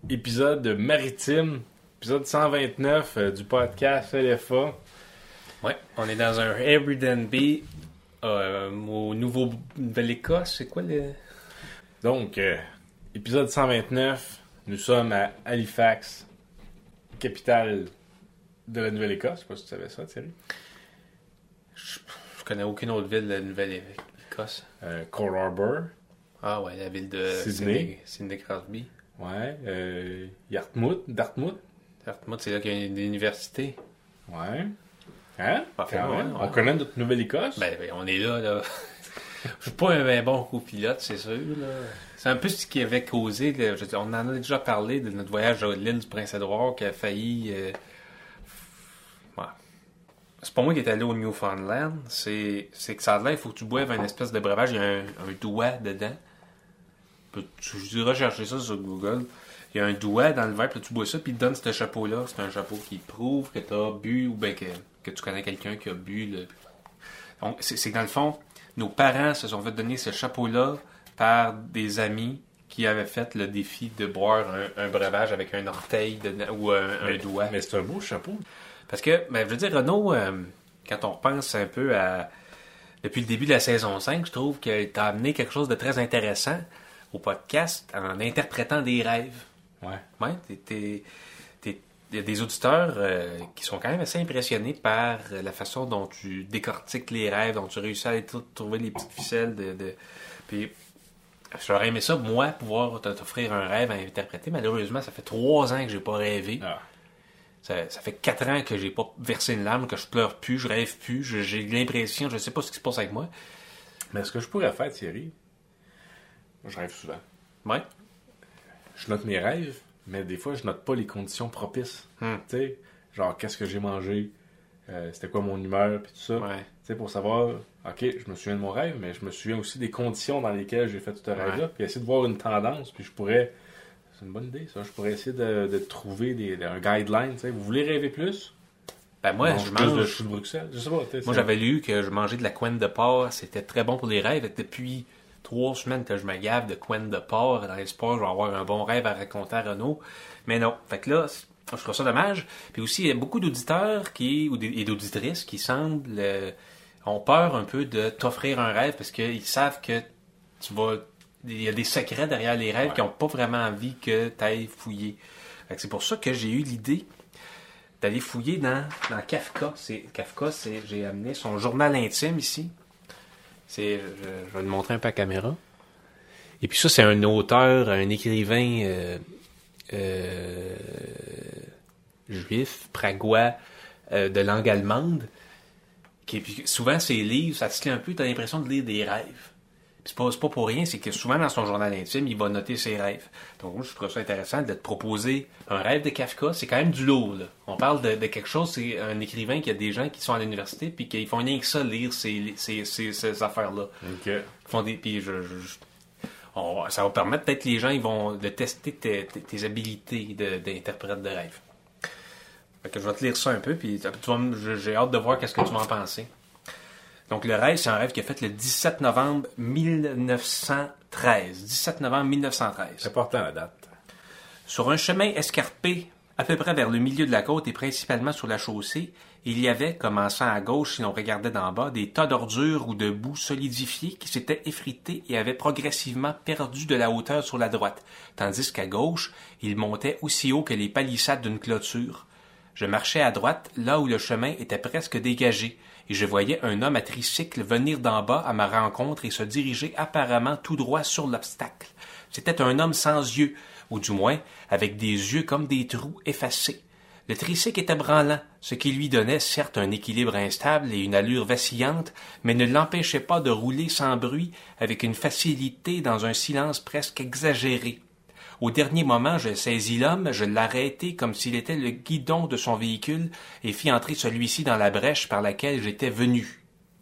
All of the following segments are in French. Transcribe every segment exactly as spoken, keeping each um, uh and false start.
épisode maritime, épisode cent vingt-neuf euh, du podcast L F A. Ouais, on est dans un Airbnb euh, au Nouveau Nouvelle-Écosse. C'est quoi le... Donc, euh, épisode cent vingt-neuf, nous sommes à Halifax, capitale de la Nouvelle-Écosse. Je sais pas si tu savais ça, Thierry. Je, je connais aucune autre ville de la Nouvelle-Écosse. Euh, Cole Harbour. Ah ouais, la ville de Sydney. Sydney Crosby. Ouais. Euh, Yarmouth. Dartmouth. Dartmouth, c'est là qu'il y a une université. Ouais. Hein? Parfait, Quand ouais, même. ouais. On connaît notre Nouvelle-Écosse. Ben, ben, on est là, là. Je suis pas un, un bon copilote, c'est sûr, là. C'est un peu ce qui avait causé, là, je veux dire, on en a déjà parlé de notre voyage à l'île du Prince-Édouard qui a failli... Euh... Ouais. C'est pas moi qui est allé au Newfoundland, c'est, c'est que ça a l'air, il faut que tu boives un espèce de breuvage, il y a un, un doigt dedans. Tu diras chercher ça sur Google. Il y a un doigt dans le verre, puis tu bois ça, puis il te donne ce chapeau-là. C'est un chapeau qui prouve que tu as bu, ou bien que, que tu connais quelqu'un qui a bu. Là. Donc, c'est, c'est que dans le fond, nos parents se sont fait donner ce chapeau-là par des amis qui avaient fait le défi de boire un, un breuvage avec un orteil dedans, ou un, mais, un doigt. Mais c'est un beau chapeau. Parce que, ben, je veux dire, Renaud, euh, quand on repense un peu à... Depuis le début de la saison cinq, je trouve qu'il t'a amené quelque chose de très intéressant au podcast en interprétant des rêves. Ouais. Ouais, t'es, t'es, t'es, il y a des auditeurs euh, qui sont quand même assez impressionnés par la façon dont tu décortiques les rêves, dont tu réussis à aller t- trouver les petites ficelles de... de... Puis, j'aurais aimé ça, moi, pouvoir t'offrir un rêve à interpréter. Malheureusement, ça fait trois ans que j'ai pas rêvé. Ah. Ça, ça fait quatre ans que j'ai pas versé une larme, que je pleure plus, je rêve plus, je, j'ai l'impression, je sais pas ce qui se passe avec moi. Mais ce que je pourrais faire, Thierry, je rêve souvent. Ouais. Je note mes rêves, mais des fois, je note pas les conditions propices. Hmm. Tu sais, genre, qu'est-ce que j'ai mangé, euh, c'était quoi mon humeur, puis tout ça. Ouais. Tu sais, pour savoir, OK, je me souviens de mon rêve, mais je me souviens aussi des conditions dans lesquelles j'ai fait tout ce rêve-là, Ouais. puis essayer de voir une tendance, puis je pourrais... C'est une bonne idée, ça. Je pourrais essayer de, de trouver des, de, un guideline, tu sais. Vous voulez rêver plus? Ben moi, mange je plus mange... de choux de Bruxelles. Je sais pas. Moi, j'avais lu que je mangeais de la couenne de porc, c'était très bon pour les rêves. Et depuis trois semaines que je me gave de couenne de porc dans l'espoir, je vais avoir un bon rêve à raconter à Renaud. Mais non. Fait que là, je trouve ça dommage. Puis aussi, il y a beaucoup d'auditeurs qui, ou des, et d'auditrices qui semblent, euh, ont peur un peu de t'offrir un rêve parce qu'ils savent que tu vas... Il y a des secrets derrière les rêves Ouais. qui n'ont pas vraiment envie que tu ailles fouiller. Fait que c'est pour ça que j'ai eu l'idée d'aller fouiller dans, dans Kafka. C'est, Kafka, c'est, j'ai amené son journal intime ici. C'est, je, je vais le montrer un peu à la caméra. Et puis ça, c'est un auteur, un écrivain euh, euh, juif, pragois, euh, de langue allemande. Qui, puis souvent, ses livres, ça te lit un peu, tu as l'impression de lire des rêves. C'est pas, c'est pas pour rien, c'est que souvent dans son journal intime, il va noter ses rêves. Donc moi, je trouve ça intéressant de te proposer un rêve de Kafka. C'est quand même du lourd, là. On parle de, de quelque chose, c'est un écrivain qui a des gens qui sont à l'université puis qu'ils font rien que ça, lire ces, ces, ces, ces affaires-là. OK. Ils font des, puis je, je, je- on- ça va permettre peut-être que les gens ils vont de tester tes, tes, tes habiletés de, d'interprète de rêve. Fait que je vais te lire ça un peu, puis tu vas me- je- j'ai hâte de voir qu'est-ce que tu vas en penser. Donc, le rêve, c'est un rêve qui a fait le dix-sept novembre mille neuf cent treize. dix-sept novembre mille neuf cent treize. C'est important, la date. Sur un chemin escarpé, à peu près vers le milieu de la côte et principalement sur la chaussée, il y avait, commençant à gauche si l'on regardait d'en bas, des tas d'ordures ou de boue solidifiées qui s'étaient effrités et avaient progressivement perdu de la hauteur sur la droite, tandis qu'à gauche, ils montaient aussi haut que les palissades d'une clôture. Je marchais à droite, là où le chemin était presque dégagé, et je voyais un homme à tricycle venir d'en bas à ma rencontre et se diriger apparemment tout droit sur l'obstacle. C'était un homme sans yeux, ou du moins avec des yeux comme des trous effacés. Le tricycle était branlant, ce qui lui donnait certes un équilibre instable et une allure vacillante, mais ne l'empêchait pas de rouler sans bruit, avec une facilité dans un silence presque exagéré. Au dernier moment, je saisis l'homme, je l'arrêtai comme s'il était le guidon de son véhicule et fis entrer celui-ci dans la brèche par laquelle j'étais venu.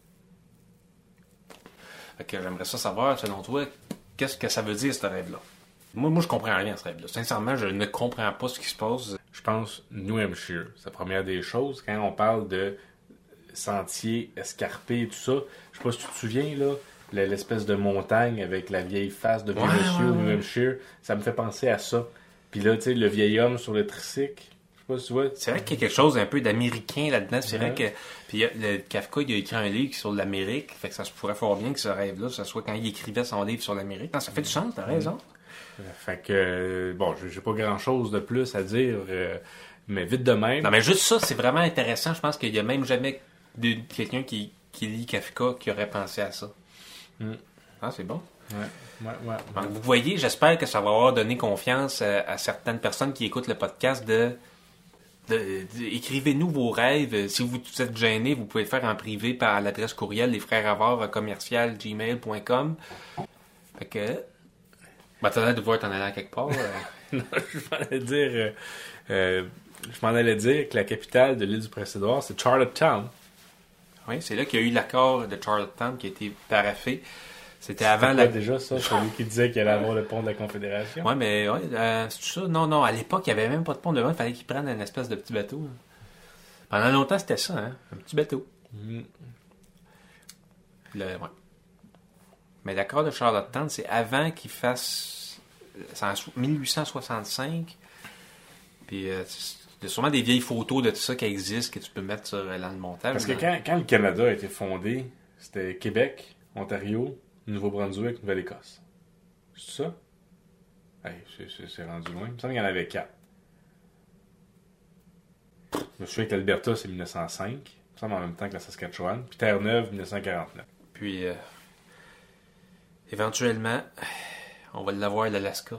Fait que j'aimerais ça savoir, selon toi, qu'est-ce que ça veut dire, ce rêve-là? Moi, moi, je comprends rien à ce rêve-là. Sincèrement, je ne comprends pas ce qui se passe. Je pense New Hampshire. C'est la première des choses. Quand on parle de sentiers escarpés et tout ça, je sais pas si tu te souviens, là, l'espèce de montagne avec la vieille face de vieux Ouais, monsieur au ouais, New ouais. Hampshire, ça me fait penser à ça. Puis là, tu sais, le vieil homme sur le tricycle. Je sais pas si tu vois. C'est vrai qu'il y a quelque chose un peu d'américain là-dedans. C'est Ouais. vrai que. Puis il y a- le Kafka, il a écrit un livre sur l'Amérique. Fait que ça se pourrait fort bien que ce rêve-là, ce soit quand il écrivait son livre sur l'Amérique. Non, ça fait du sens, t'as raison. Fait que, euh, bon, j'ai j'ai pas grand-chose de plus à dire, euh, mais vite de même. Non, mais juste ça, c'est vraiment intéressant. Je pense qu'il y a même jamais de, quelqu'un qui, qui lit Kafka qui aurait pensé à ça. Mm. Ah, c'est bon. Ouais, ouais, ouais. Donc, vous voyez, j'espère que ça va avoir donné confiance à, à certaines personnes qui écoutent le podcast de, de, de- écrivez-nous vos rêves. Si vous êtes gênés, vous pouvez le faire en privé par l'adresse courriel lesfrèresavard commercial gmail point com. Fait que, ben, t'as l'air de voir t'en aller à quelque part. euh. Non, je m'en allais dire, euh, euh, je m'en allais dire que la capitale de l'île du Prince-Édouard, c'est Charlottetown. Oui, c'est là qu'il y a eu l'accord de Charlottetown qui a été paraphé. C'était C'était avant quoi la... déjà ça, celui qui disait qu'il allait avoir le pont de la Confédération. Ouais, mais ouais, euh, c'est ça? Non, non, à l'époque, il n'y avait même pas de pont devant, il fallait qu'ils prennent une espèce de petit bateau. Pendant longtemps, c'était ça, hein? Un petit bateau. Mm. Le, ouais. Mais l'accord de Charlottetown, c'est avant qu'il fasse... C'est en so- mille huit cent soixante-cinq. Puis euh, il y a sûrement des vieilles photos de tout ça qui existent que tu peux mettre sur euh, dans le montage. Parce que Mais- quand, quand le Canada a été fondé, c'était Québec, Ontario, Nouveau-Brunswick, Nouvelle-Écosse. C'est ça? Hey, c'est, c'est, c'est rendu loin. Il me semble qu'il y en avait quatre. Je me souviens que l'Alberta, c'est mille neuf cent cinq. Il me semble en même temps que la Saskatchewan. Puis Terre-Neuve, mille neuf cent quarante-neuf. Puis, euh, éventuellement, on va l'avoir l'Alaska.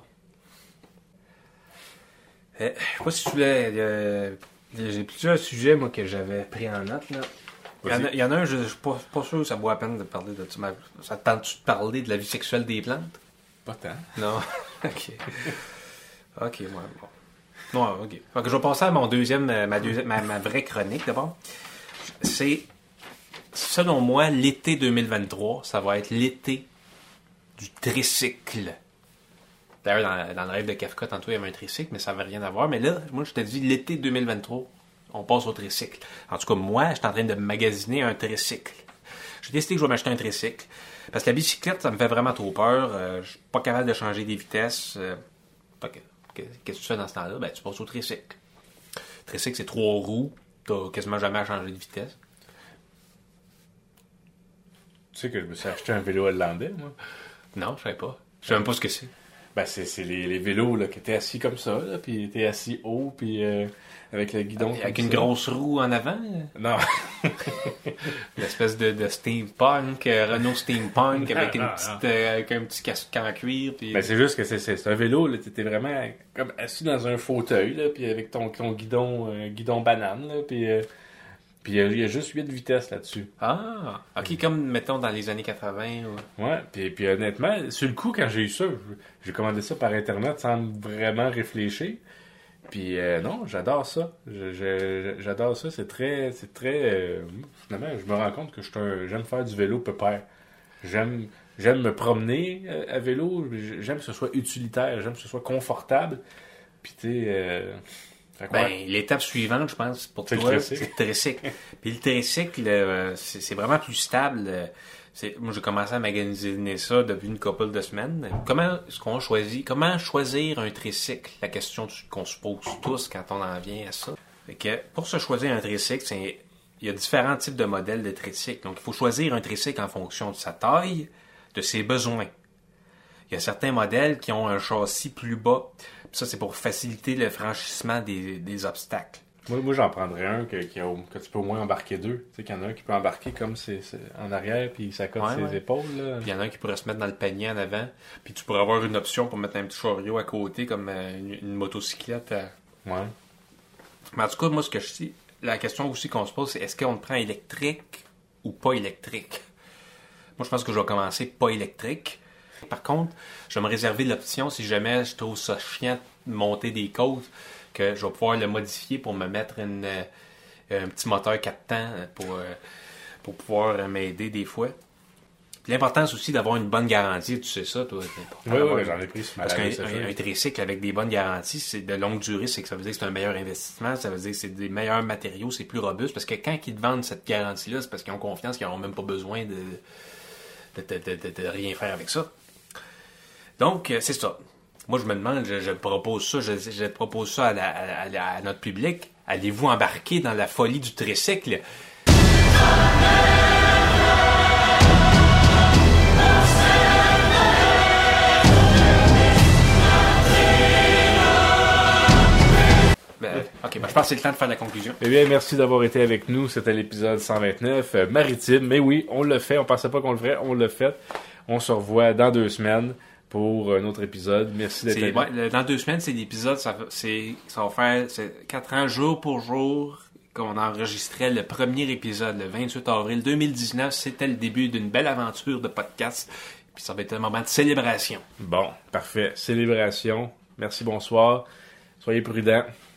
Euh, je sais pas si tu voulais... euh, j'ai plusieurs sujets, moi, que j'avais pris en note, là. Il y, en a, il y en a un, je, je suis pas, pas sûr que ça vaut la peine de parler de ça. Mais ça te tente-tu de parler de la vie sexuelle des plantes? Pas tant. Non. OK. OK, ouais, bon. Non, OK. Fait que je vais passer à mon deuxième, euh, ma, deuxième ma, ma vraie chronique, d'abord. C'est, selon moi, l'été deux mille vingt-trois, ça va être l'été du tricycle. D'ailleurs, dans, dans le rêve de Kafka, tantôt, il y avait un tricycle, mais ça n'avait rien à voir. Mais là, moi, je te dis, l'été deux mille vingt-trois, on passe au tricycle. En tout cas, moi, je suis en train de magasiner un tricycle. J'ai décidé que je vais m'acheter un tricycle. Parce que la bicyclette, ça me fait vraiment trop peur. Euh, je suis pas capable de changer des vitesses. Euh, fait que, que- qu'est-ce que tu fais dans ce temps-là? Ben, tu passes au tricycle. Tricycle, c'est trois roues. T'as quasiment jamais à changer de vitesse. Tu sais que je me suis acheté un vélo hollandais, moi. Non, je sais pas. Je sais même pas ce que c'est. Ben, c'est, c'est les, les vélos là, qui étaient assis comme ça, là, puis étaient assis haut, puis euh, avec le guidon. Avec comme une ça. grosse roue en avant. Non. L'espèce de, de steampunk, euh, Renault steampunk avec, une Non, petite, euh, avec un petit casque en cuir. Puis... Ben, c'est juste que c'est, c'est, c'est un vélo, là, t'étais vraiment comme assis dans un fauteuil, là, puis avec ton, ton guidon, euh, guidon banane, là, puis euh, puis il y a- il y a juste huit vitesses là-dessus. Ah, ok, comme mettons dans les années quatre-vingts. Ou... Ouais, puis, puis honnêtement, sur le coup, quand j'ai eu ça, j'ai commandé ça par Internet sans vraiment réfléchir. Puis euh, non, j'adore ça. Je- je- j'adore ça. C'est très, c'est très. euh, finalement, je me rends compte que je suis un- j'aime faire du vélo pépère. J'aime, j'aime me promener euh, à vélo. J'aime que ce soit utilitaire. J'aime que ce soit confortable. Puis tu sais. euh, fait que, Ben, ouais. l'étape suivante, je pense, pour C'est le toi, tricycle. c'est le tricycle. Puis le tricycle, euh, c'est c'est vraiment plus stable. euh, C'est, moi, j'ai commencé à magasiner ça depuis une couple de semaines. Comment est-ce qu'on choisit? Comment choisir un tricycle? La question qu'on se pose tous quand on en vient à ça. Fait que pour se choisir un tricycle, c'est, il y a différents types de modèles de tricycle. Donc, il faut choisir un tricycle en fonction de sa taille, de ses besoins. Il y a certains modèles qui ont un châssis plus bas. Puis ça, c'est pour faciliter le franchissement des, des obstacles. Moi, moi j'en prendrais un que, qui a- que tu peux au moins embarquer deux. Tu sais qu'il y en a un qui peut embarquer comme c'est, c'est en arrière, puis ça cote Ouais, ses ouais. épaules. Là. Puis il y en a un qui pourrait se mettre dans le panier en avant. Puis tu pourrais avoir une option pour mettre un petit chariot à côté, comme euh, une, une motocyclette. euh. Ouais. Mais en tout cas, moi, ce que je dis, la question aussi qu'on se pose, c'est est-ce qu'on le prend électrique ou pas électrique? Moi, je pense que je vais commencer pas électrique. Par contre, je vais me réserver l'option, si jamais je trouve ça chiant de monter des côtes, que je vais pouvoir le modifier pour me mettre une, euh, un petit moteur quatre temps pour, euh, pour pouvoir euh, m'aider des fois. Puis l'important, c'est aussi d'avoir une bonne garantie. Tu sais ça, toi? C'est important Oui, d'avoir oui, une- j'en ai pris sur ma Parce qu'un lave-vaisselle. un, un tricycle avec des bonnes garanties, c'est de longue durée, c'est que ça veut dire que c'est un meilleur investissement, ça veut dire que c'est des meilleurs matériaux, c'est plus robuste. Parce que quand ils te vendent cette garantie-là, c'est parce qu'ils ont confiance qu'ils n'auront même pas besoin de, de, de, de, de- de rien faire avec ça. Donc, euh, c'est ça. Moi, je me demande, je, je propose ça, je, je propose ça à, la, à, la, à notre public. Allez-vous embarquer dans la folie du tricycle? Ben, ok, ben, je pense que c'est le temps de faire la conclusion. Eh bien, merci d'avoir été avec nous. C'était l'épisode cent vingt-neuf, euh, maritime. Mais oui, on l'a fait. On pensait pas qu'on le ferait. On l'a fait. On se revoit dans deux semaines pour un autre épisode. Merci d'être C'est, là. ouais, dans deux semaines, c'est l'épisode, ça, c'est, ça va faire c'est quatre ans, jour pour jour, qu'on enregistrait le premier épisode, le vingt-huit avril deux mille dix-neuf. C'était le début d'une belle aventure de podcast. Puis ça va être un moment de célébration. Bon, parfait. Célébration. Merci, bonsoir. Soyez prudents.